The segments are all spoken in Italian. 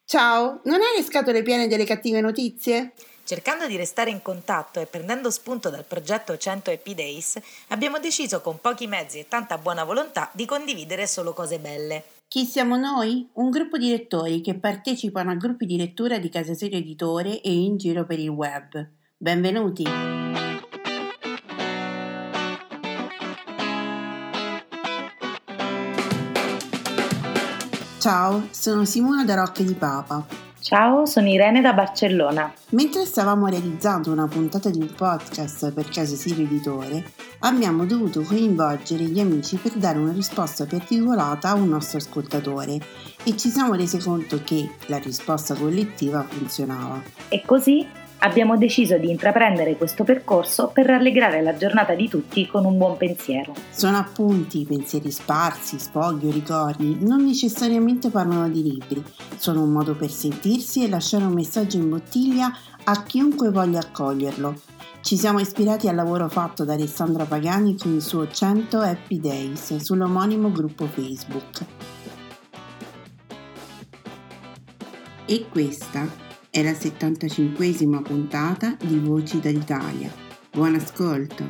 Ciao, non hai le scatole piene delle cattive notizie? Cercando di restare in contatto e prendendo spunto dal progetto 100 Happy Days, abbiamo deciso con pochi mezzi e tanta buona volontà di condividere solo cose belle. Chi siamo noi? Un gruppo di lettori che partecipano a gruppi di lettura di Casa Serio Editore e in giro per il web. Benvenuti! Ciao, sono Simona da Rocche di Papa. Ciao, sono Irene da Barcellona. Mentre stavamo realizzando una puntata di un podcast per Casa Serio Editore, abbiamo dovuto coinvolgere gli amici per dare una risposta più articolata a un nostro ascoltatore e ci siamo resi conto che la risposta collettiva funzionava. E così abbiamo deciso di intraprendere questo percorso per rallegrare la giornata di tutti con un buon pensiero. Sono appunti, pensieri sparsi, sfoghi o ricordi, non necessariamente parlano di libri, sono un modo per sentirsi e lasciare un messaggio in bottiglia a chiunque voglia accoglierlo. Ci siamo ispirati al lavoro fatto da Alessandra Pagani con il suo 100 Happy Days sull'omonimo gruppo Facebook. E questa è la 75esima puntata di Voci dall'Italia. Buon ascolto!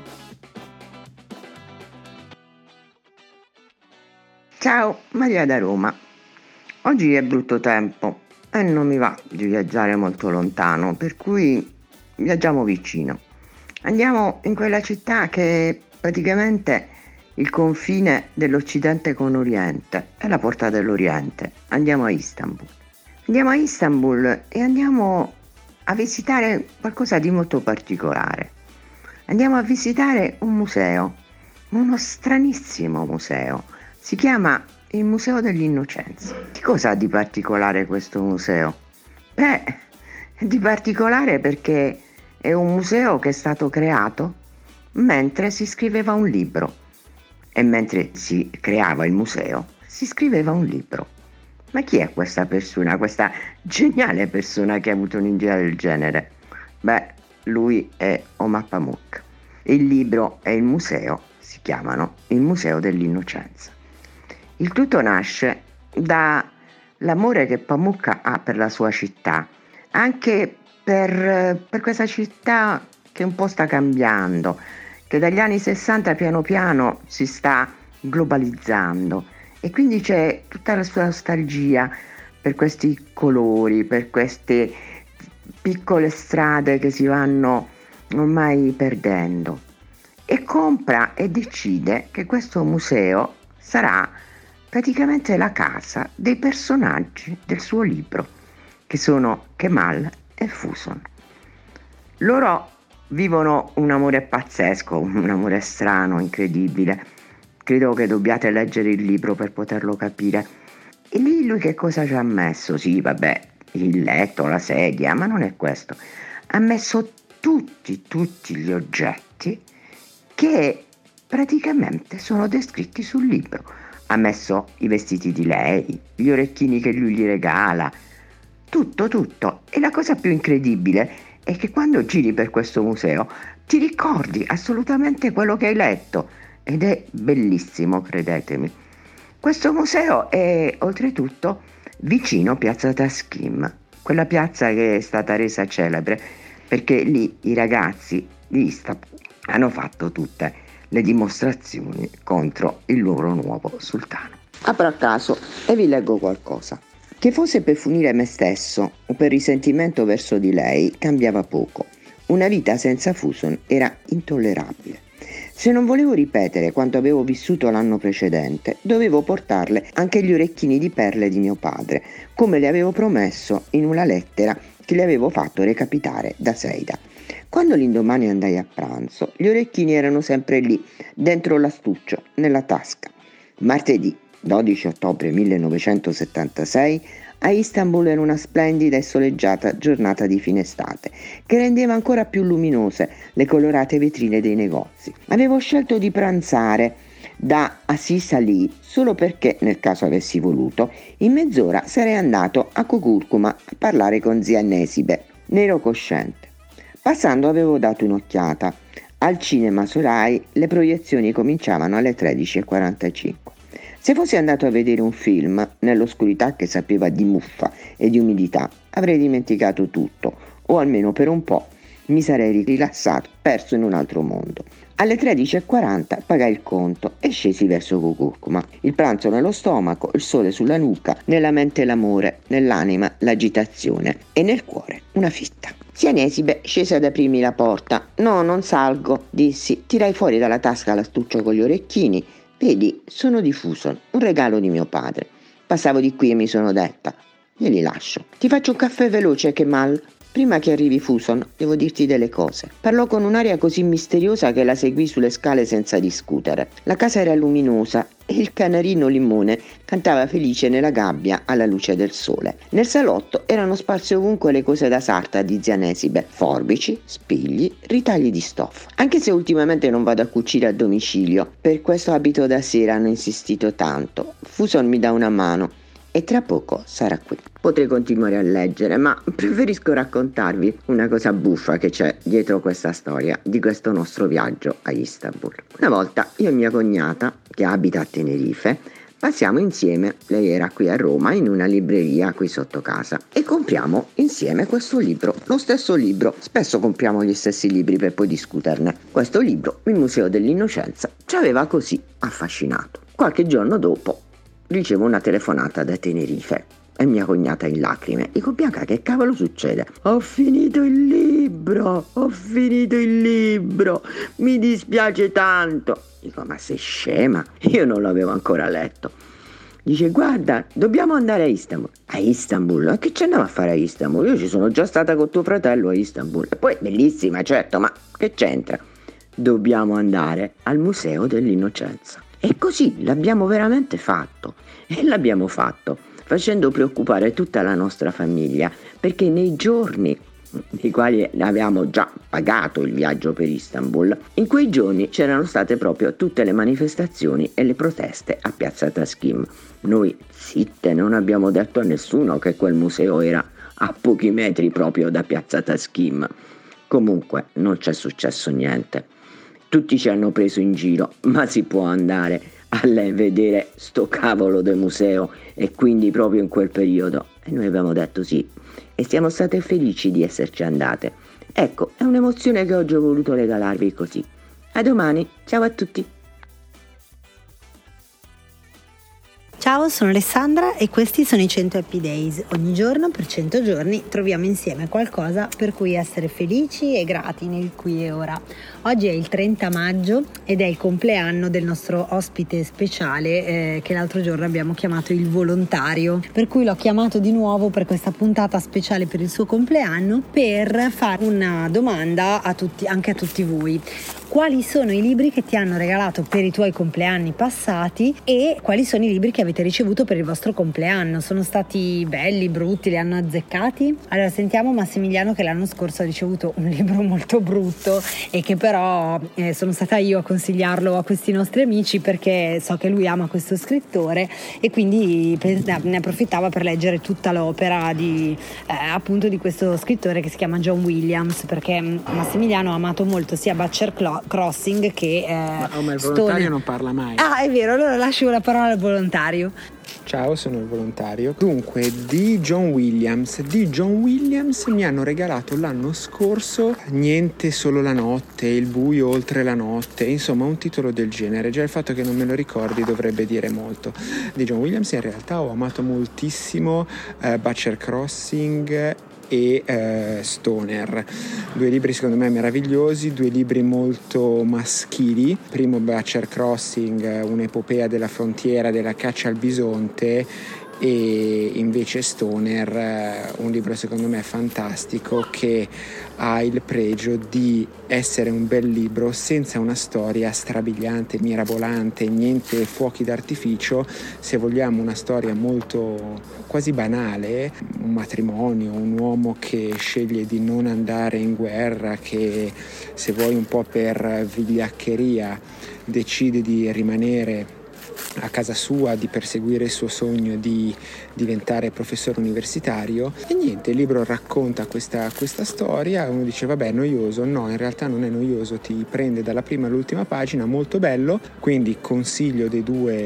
Ciao, Maria da Roma. Oggi è brutto tempo e non mi va di viaggiare molto lontano, per cui viaggiamo vicino. Andiamo in quella città che è praticamente il confine dell'Occidente con Oriente, è la porta dell'Oriente. Andiamo a Istanbul. Andiamo a Istanbul e andiamo a visitare qualcosa di molto particolare. Andiamo a visitare un museo, uno stranissimo museo. Si chiama il Museo dell'Innocenza. Che cosa ha di particolare questo museo? È di particolare perché è un museo che è stato creato mentre si scriveva un libro. E mentre si creava il museo, si scriveva un libro. Ma chi è questa persona, questa geniale persona che ha avuto un'idea del genere? Beh, lui è Omar Pamuk. Il libro e il museo si chiamano il Museo dell'Innocenza. Il tutto nasce dall'amore che Pamuk ha per la sua città, anche per questa città che un po' sta cambiando, che dagli anni 60 piano piano si sta globalizzando. E quindi c'è tutta la sua nostalgia per questi colori, per queste piccole strade che si vanno ormai perdendo. E compra e decide che questo museo sarà praticamente la casa dei personaggi del suo libro, che sono Kemal e Fuson. Loro vivono un amore pazzesco, un amore strano, incredibile. Credo che dobbiate leggere il libro per poterlo capire. E lì lui che cosa ci ha messo? Sì, vabbè, il letto, la sedia, ma non è questo. Ha messo tutti gli oggetti che praticamente sono descritti sul libro. Ha messo i vestiti di lei, gli orecchini che lui gli regala, tutto. E la cosa più incredibile è che quando giri per questo museo ti ricordi assolutamente quello che hai letto. Ed è bellissimo, credetemi. Questo museo è oltretutto vicino Piazza Taksim, quella piazza che è stata resa celebre perché lì i ragazzi di Istanbul hanno fatto tutte le dimostrazioni contro il loro nuovo sultano. Apro a caso e vi leggo qualcosa. Che fosse per punire me stesso o per risentimento verso di lei cambiava poco. Una vita senza Fuson era intollerabile. Se non volevo ripetere quanto avevo vissuto l'anno precedente, dovevo portarle anche gli orecchini di perle di mio padre, come le avevo promesso in una lettera che le avevo fatto recapitare da Seida. Quando l'indomani andai a pranzo, gli orecchini erano sempre lì, dentro l'astuccio, nella tasca. Martedì 12 ottobre 1976 a Istanbul era una splendida e soleggiata giornata di fine estate, che rendeva ancora più luminose le colorate vetrine dei negozi. Avevo scelto di pranzare da Aziz Ali solo perché, nel caso avessi voluto, in mezz'ora sarei andato a Cucurcuma a parlare con zia Nesibe. Ne ero cosciente. Passando avevo dato un'occhiata. Al cinema Sorai le proiezioni cominciavano alle 13:45. Se fossi andato a vedere un film nell'oscurità che sapeva di muffa e di umidità, avrei dimenticato tutto, o almeno per un po' mi sarei rilassato, perso in un altro mondo. Alle 13:40 pagai il conto e scesi verso Cucurcuma. Il pranzo nello stomaco, il sole sulla nuca, nella mente l'amore, nell'anima l'agitazione e nel cuore una fitta. Sianesibe scese ad aprirmi la porta. «No, non salgo», dissi. Tirai fuori dalla tasca l'astuccio con gli orecchini. «Vedi, sono di Fuson, un regalo di mio padre. Passavo di qui e mi sono detta: glieli lascio. Ti faccio un caffè veloce, Kemal. Prima che arrivi Fuson, devo dirti delle cose». Parlò con un'aria così misteriosa che la seguì sulle scale senza discutere. La casa era luminosa e il canarino Limone cantava felice nella gabbia alla luce del sole. Nel salotto erano sparse ovunque le cose da sarta di Sianesibe: forbici, spigli, ritagli di stoffa. Anche se ultimamente non vado a cucire a domicilio, per questo abito da sera hanno insistito tanto. Fuson mi dà una mano e tra poco sarà qui. Potrei continuare a leggere, ma preferisco raccontarvi una cosa buffa che c'è dietro questa storia di questo nostro viaggio a Istanbul. Una volta io e mia cognata, che abita a Tenerife, passiamo insieme, lei era qui a Roma, in una libreria qui sotto casa e compriamo insieme questo libro, lo stesso libro. Spesso compriamo gli stessi libri per poi discuterne. Questo libro, Il Museo dell'Innocenza, ci aveva così affascinato. Qualche giorno dopo ricevo una telefonata da Tenerife e mia cognata in lacrime. Dico: Bianca, che cavolo succede? Ho finito il libro, mi dispiace tanto. Dico: ma sei scema? Io non l'avevo ancora letto. Dice: guarda, dobbiamo andare a Istanbul. A Istanbul? Ma che ci andiamo a fare a Istanbul? Io ci sono già stata con tuo fratello a Istanbul. E poi bellissima, certo, ma che c'entra? Dobbiamo andare al Museo dell'Innocenza. E così l'abbiamo veramente fatto. E l'abbiamo fatto facendo preoccupare tutta la nostra famiglia, perché nei giorni nei quali avevamo già pagato il viaggio per Istanbul, in quei giorni c'erano state proprio tutte le manifestazioni e le proteste a Piazza Taksim. Noi zitte, non abbiamo detto a nessuno che quel museo era a pochi metri proprio da Piazza Taksim. Comunque non c'è successo niente. Tutti ci hanno preso in giro, ma si può andare a vedere sto cavolo del museo, e quindi proprio in quel periodo. E noi abbiamo detto sì, e siamo state felici di esserci andate. Ecco, è un'emozione che oggi ho voluto regalarvi così. A domani, ciao a tutti. Ciao, sono Alessandra e questi sono i 100 Happy Days. Ogni giorno per 100 giorni troviamo insieme qualcosa per cui essere felici e grati nel qui e ora. Oggi è il 30 maggio ed è il compleanno del nostro ospite speciale che l'altro giorno abbiamo chiamato il volontario, per cui l'ho chiamato di nuovo per questa puntata speciale per il suo compleanno, per fare una domanda a tutti, anche a tutti voi. Quali sono i libri che ti hanno regalato per i tuoi compleanni passati e quali sono i libri che avete ricevuto per il vostro compleanno? Sono stati belli, brutti, li hanno azzeccati? Allora sentiamo Massimiliano, che l'anno scorso ha ricevuto un libro molto brutto e che però sono stata io a consigliarlo a questi nostri amici perché so che lui ama questo scrittore e quindi ne approfittava per leggere tutta l'opera di appunto di questo scrittore che si chiama John Williams, perché Massimiliano ha amato molto sia Butcher Crossing che ma il volontario non parla mai. Ah, è vero, allora lascio la parola al volontario. Ciao, sono il volontario. Dunque, di John Williams mi hanno regalato l'anno scorso Niente solo la notte, Il buio oltre la notte, insomma un titolo del genere. Già il fatto che non me lo ricordi dovrebbe dire molto. Di John Williams in realtà ho amato moltissimo Butcher Crossing e Stoner, due libri secondo me meravigliosi, due libri molto maschili. Primo Butcher Crossing, un'epopea della frontiera, della caccia al bisonte, e invece Stoner, un libro secondo me fantastico che ha il pregio di essere un bel libro senza una storia strabiliante, mirabolante, niente fuochi d'artificio. Se vogliamo una storia molto quasi banale, un matrimonio, un uomo che sceglie di non andare in guerra, che se vuoi un po' per vigliaccheria decide di rimanere a casa sua, di perseguire il suo sogno di diventare professore universitario. E niente, il libro racconta questa storia. Uno dice vabbè, è noioso. No, in realtà non è noioso, ti prende dalla prima all'ultima pagina, molto bello. Quindi consiglio dei due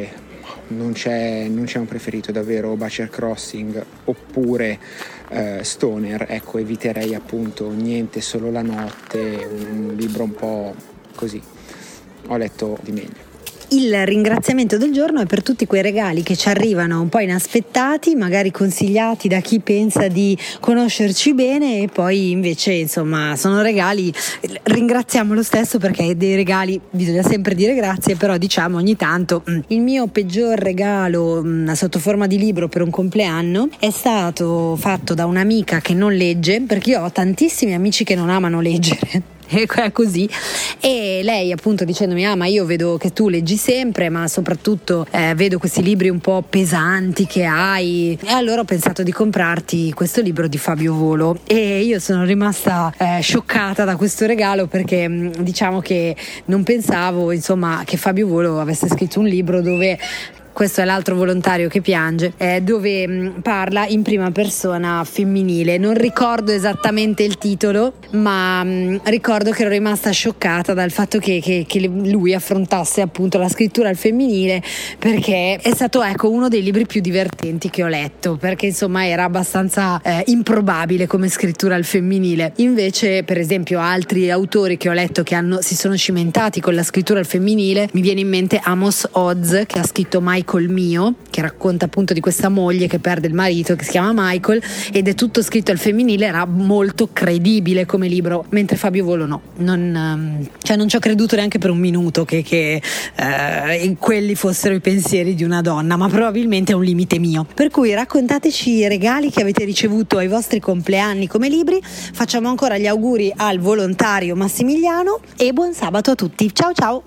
non c'è un preferito, davvero. Butcher Crossing oppure Stoner, ecco, eviterei appunto Niente solo la notte, un libro un po' così, ho letto di meglio. Il ringraziamento del giorno è per tutti quei regali che ci arrivano un po' inaspettati, magari consigliati da chi pensa di conoscerci bene, e poi invece insomma sono regali. Ringraziamo lo stesso, perché dei regali bisogna sempre dire grazie, però diciamo ogni tanto. Il mio peggior regalo sotto forma di libro per un compleanno è stato fatto da un'amica che non legge, perché io ho tantissimi amici che non amano leggere. È così, e lei appunto dicendomi: ma io vedo che tu leggi sempre, ma soprattutto vedo questi libri un po' pesanti che hai, e allora ho pensato di comprarti questo libro di Fabio Volo. E io sono rimasta scioccata da questo regalo, perché diciamo che non pensavo insomma che Fabio Volo avesse scritto un libro dove, questo è l'altro volontario che piange, dove parla in prima persona femminile. Non ricordo esattamente il titolo, ma ricordo che ero rimasta scioccata dal fatto che lui affrontasse appunto la scrittura al femminile, perché è stato uno dei libri più divertenti che ho letto, perché insomma era abbastanza improbabile come scrittura al femminile. Invece per esempio altri autori che ho letto che si sono cimentati con la scrittura al femminile, mi viene in mente Amos Oz, che ha scritto Michael Mio, che racconta appunto di questa moglie che perde il marito, che si chiama Michael, ed è tutto scritto al femminile. Era molto credibile come libro, mentre Fabio Volo no, non ci ho creduto neanche per un minuto che quelli fossero i pensieri di una donna, ma probabilmente è un limite mio. Per cui raccontateci i regali che avete ricevuto ai vostri compleanni come libri. Facciamo ancora gli auguri al volontario Massimiliano e buon sabato a tutti. Ciao ciao.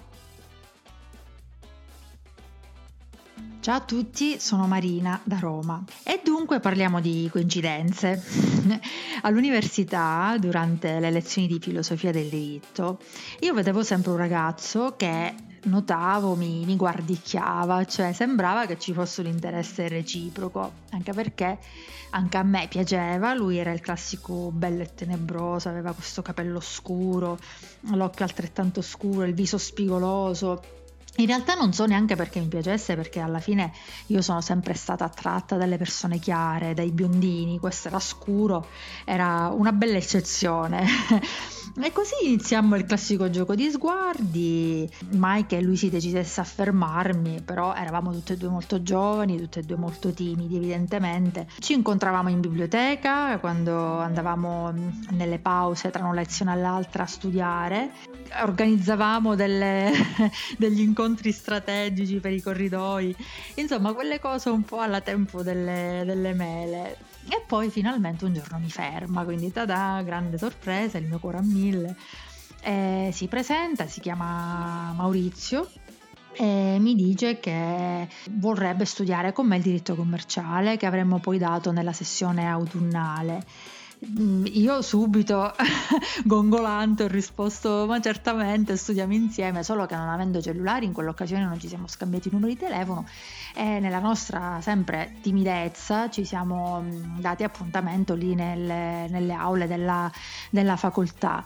Ciao a tutti, sono Marina da Roma e dunque parliamo di coincidenze. All'università, durante le lezioni di filosofia del diritto, io vedevo sempre un ragazzo che notavo mi guardicchiava, cioè sembrava che ci fosse un interesse reciproco, anche perché anche a me piaceva. Lui era il classico bello e tenebroso, aveva questo capello scuro, l'occhio altrettanto scuro, il viso spigoloso. In realtà non so neanche perché mi piacesse, perché alla fine io sono sempre stata attratta dalle persone chiare, dai biondini. Questo era scuro, era una bella eccezione. E così iniziammo il classico gioco di sguardi, mai che lui si decidesse a fermarmi, però eravamo tutte e due molto giovani, tutte e due molto timidi evidentemente. Ci incontravamo in biblioteca quando andavamo nelle pause tra una lezione all'altra a studiare, organizzavamo degli incontri strategici per i corridoi, insomma quelle cose un po' alla tempo delle mele. E poi finalmente un giorno mi ferma, quindi tada, grande sorpresa, il mio cuore a 1000. Si presenta, si chiama Maurizio e mi dice che vorrebbe studiare con me il diritto commerciale, che avremmo poi dato nella sessione autunnale. Io subito gongolante ho risposto: ma certamente, studiamo insieme, solo che non avendo cellulari in quell'occasione non ci siamo scambiati i numeri di telefono e nella nostra sempre timidezza ci siamo dati appuntamento lì nelle aule della facoltà.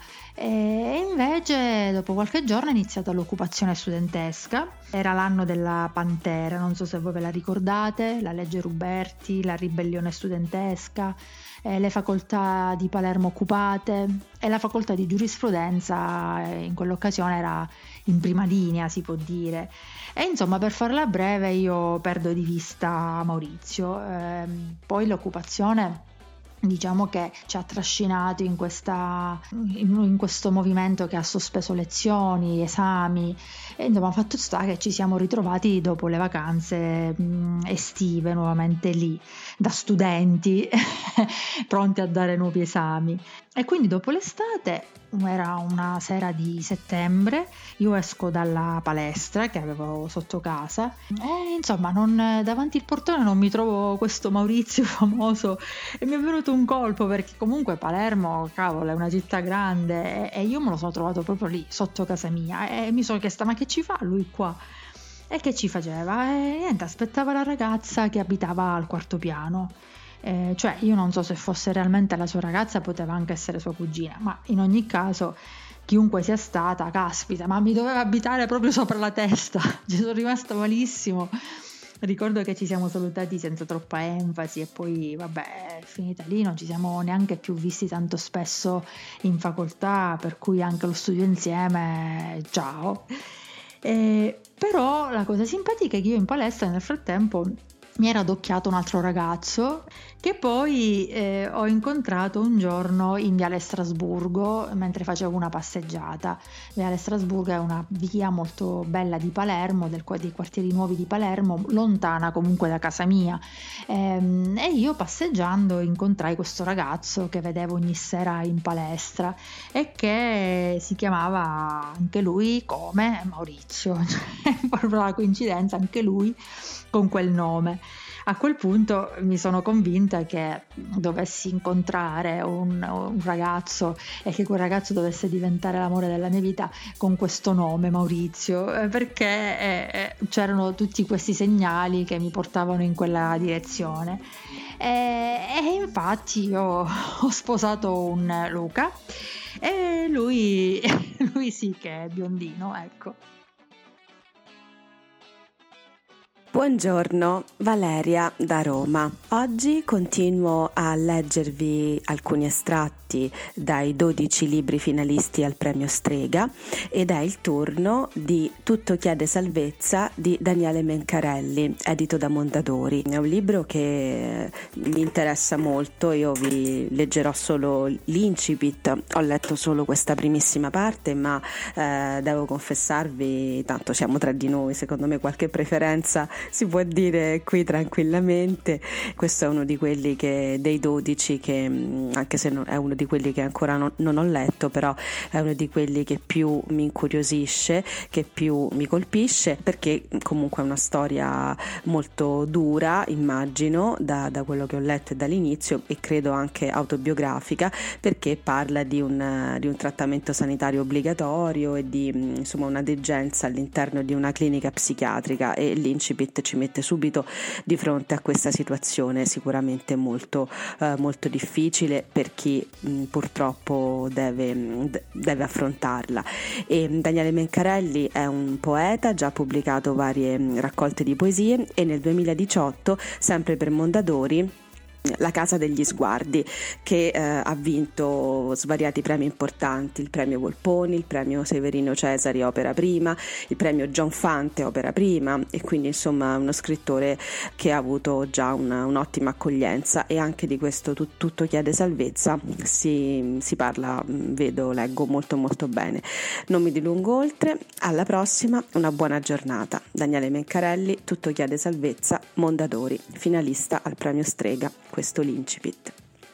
E invece dopo qualche giorno è iniziata l'occupazione studentesca. Era l'anno della Pantera, non so se voi ve la ricordate, la legge Ruberti, la ribellione studentesca, le facoltà di Palermo occupate, e la facoltà di giurisprudenza in quell'occasione era in prima linea, si può dire. E insomma, per farla breve, io perdo di vista Maurizio. Poi l'occupazione, diciamo che ci ha trascinato in questo movimento che ha sospeso lezioni, esami, e insomma fatto sta che ci siamo ritrovati dopo le vacanze estive nuovamente lì da studenti pronti a dare nuovi esami. E quindi dopo l'estate, era una sera di settembre, io esco dalla palestra che avevo sotto casa e insomma davanti al portone non mi trovo questo Maurizio famoso e mi è venuto un colpo, perché comunque Palermo, cavolo, è una città grande e io me lo sono trovato proprio lì sotto casa mia e mi sono chiesta: ma che ci fa lui qua? E che ci faceva? E niente, aspettava la ragazza che abitava al quarto piano. Cioè io non so se fosse realmente la sua ragazza, poteva anche essere sua cugina, ma in ogni caso chiunque sia stata, caspita, ma mi doveva abitare proprio sopra la testa. Ci sono rimasta malissimo Ricordo che ci siamo salutati senza troppa enfasi e poi vabbè, è finita lì, non ci siamo neanche più visti tanto spesso in facoltà, per cui anche lo studio insieme, ciao. Però la cosa simpatica è che io in palestra nel frattempo mi era adocchiato un altro ragazzo che poi ho incontrato un giorno in Viale Strasburgo mentre facevo una passeggiata. Viale Strasburgo è una via molto bella di Palermo, dei quartieri nuovi di Palermo, lontana comunque da casa mia, e io passeggiando incontrai questo ragazzo che vedevo ogni sera in palestra e che si chiamava anche lui come Maurizio, cioè, proprio la coincidenza, anche lui con quel nome. A quel punto mi sono convinta che dovessi incontrare un ragazzo e che quel ragazzo dovesse diventare l'amore della mia vita con questo nome, Maurizio, perché c'erano tutti questi segnali che mi portavano in quella direzione. E infatti io ho sposato un Luca e lui sì che è biondino, ecco. Buongiorno, Valeria da Roma. Oggi continuo a leggervi alcuni estratti dai 12 libri finalisti al premio Strega ed è il turno di Tutto chiede salvezza di Daniele Mencarelli, edito da Mondadori. È un libro che mi interessa molto, io vi leggerò solo l'incipit, ho letto solo questa primissima parte, ma devo confessarvi, tanto siamo tra di noi, secondo me qualche preferenza si può dire qui tranquillamente. Questo è uno di quelli dei 12 che, anche se è uno di quelli che ancora non ho letto, però è uno di quelli che più mi incuriosisce, che più mi colpisce, perché comunque è una storia molto dura, immagino, da quello che ho letto e dall'inizio, e credo anche autobiografica, perché parla di un trattamento sanitario obbligatorio e di insomma una degenza all'interno di una clinica psichiatrica, e l'incipit ci mette subito di fronte a questa situazione sicuramente molto molto difficile per chi purtroppo deve affrontarla. E Daniele Mencarelli è un poeta, già pubblicato varie raccolte di poesie, e nel 2018, sempre per Mondadori, La Casa degli Sguardi, che ha vinto svariati premi importanti, il premio Volponi, il premio Severino Cesari opera prima, il premio John Fante opera prima, e quindi insomma uno scrittore che ha avuto già un'ottima accoglienza. E anche di questo Tutto chiede salvezza si parla, leggo molto molto bene. Non mi dilungo oltre, alla prossima, una buona giornata. Daniele Mencarelli, Tutto chiede salvezza, Mondadori, finalista al premio Strega. Questo l'incipit.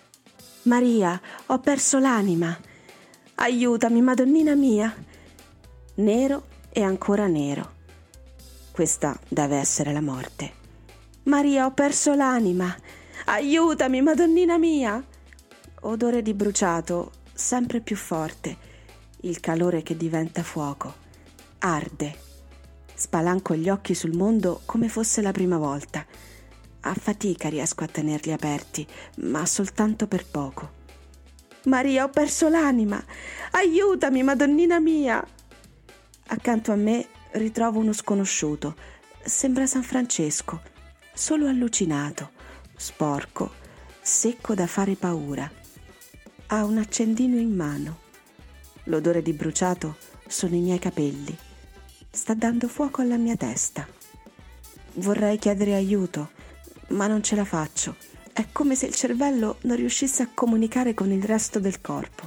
Maria, ho perso l'anima. Aiutami, Madonnina mia. Nero e ancora nero. Questa deve essere la morte. Maria, ho perso l'anima. Aiutami, Madonnina mia. Odore di bruciato, sempre più forte. Il calore che diventa fuoco. Arde. Spalanco gli occhi sul mondo come fosse la prima volta. A fatica riesco a tenerli aperti, ma soltanto per poco. Maria, ho perso l'anima! Aiutami, Madonnina mia! Accanto a me ritrovo uno sconosciuto. Sembra San Francesco, solo allucinato, sporco, secco da fare paura. Ha un accendino in mano. L'odore di bruciato sono i miei capelli. Sta dando fuoco alla mia testa. Vorrei chiedere aiuto, ma non ce la faccio. È come se il cervello non riuscisse a comunicare con il resto del corpo.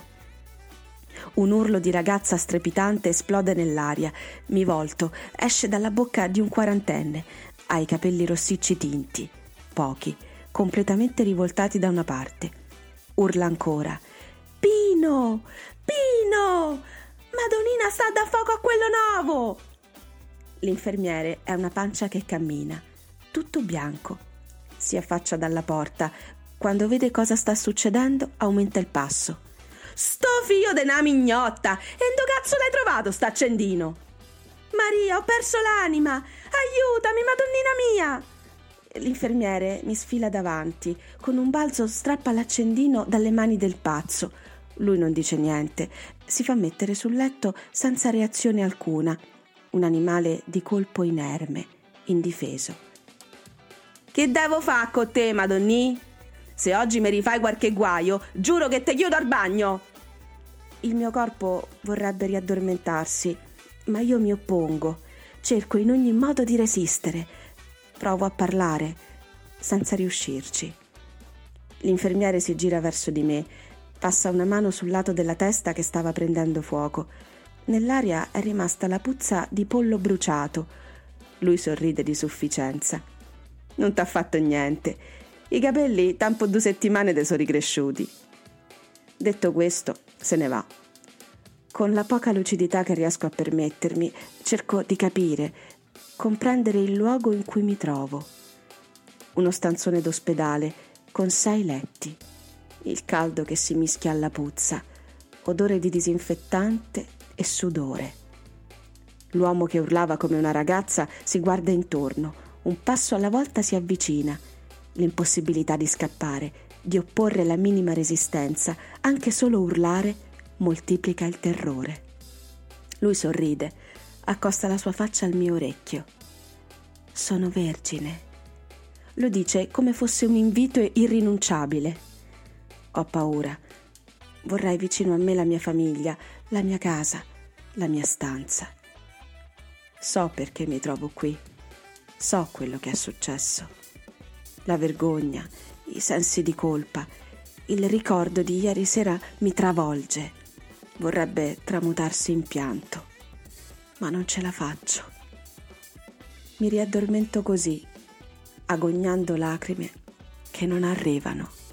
Un urlo di ragazza strepitante esplode nell'aria. Mi volto, esce dalla bocca di un quarantenne. Ha i capelli rossicci tinti, pochi, completamente rivoltati da una parte. Urla ancora. Pino! Pino! Madonnina sta da fuoco a quello nuovo! L'infermiere è una pancia che cammina, tutto bianco. Si affaccia dalla porta. Quando vede cosa sta succedendo, aumenta il passo. Sto figlio de' na mignotta! E dove cazzo l'hai trovato st'accendino? Maria, ho perso l'anima! Aiutami, Madonnina mia! L'infermiere mi sfila davanti. Con un balzo strappa l'accendino dalle mani del pazzo. Lui non dice niente. Si fa mettere sul letto senza reazione alcuna. Un animale di colpo inerme, indifeso. Che devo fare con te, madonnì? Se oggi mi rifai qualche guaio, giuro che te chiudo al bagno. Il mio corpo vorrebbe riaddormentarsi, ma io mi oppongo. Cerco in ogni modo di resistere. Provo a parlare, senza riuscirci. L'infermiere si gira verso di me, passa una mano sul lato della testa che stava prendendo fuoco. Nell'aria è rimasta la puzza di pollo bruciato. Lui sorride di sufficienza. Non t'ha fatto niente. I capelli tanto 2 settimane te sono ricresciuti. Detto questo, se ne va. Con la poca lucidità che riesco a permettermi, cerco di capire, comprendere il luogo in cui mi trovo. Uno stanzone d'ospedale con 6 letti. Il caldo che si mischia alla puzza, odore di disinfettante e sudore. L'uomo che urlava come una ragazza si guarda intorno, un passo alla volta si avvicina. L'impossibilità di scappare, di opporre la minima resistenza, anche solo urlare, moltiplica il terrore. Lui sorride, accosta la sua faccia al mio orecchio. Sono vergine. Lo dice come fosse un invito irrinunciabile. Ho paura. Vorrei vicino a me la mia famiglia, la mia casa, la mia stanza. So perché mi trovo qui. So quello che è successo. La vergogna, i sensi di colpa, il ricordo di ieri sera mi travolge. Vorrebbe tramutarsi in pianto, ma non ce la faccio. Mi riaddormento così, agognando lacrime che non arrivano.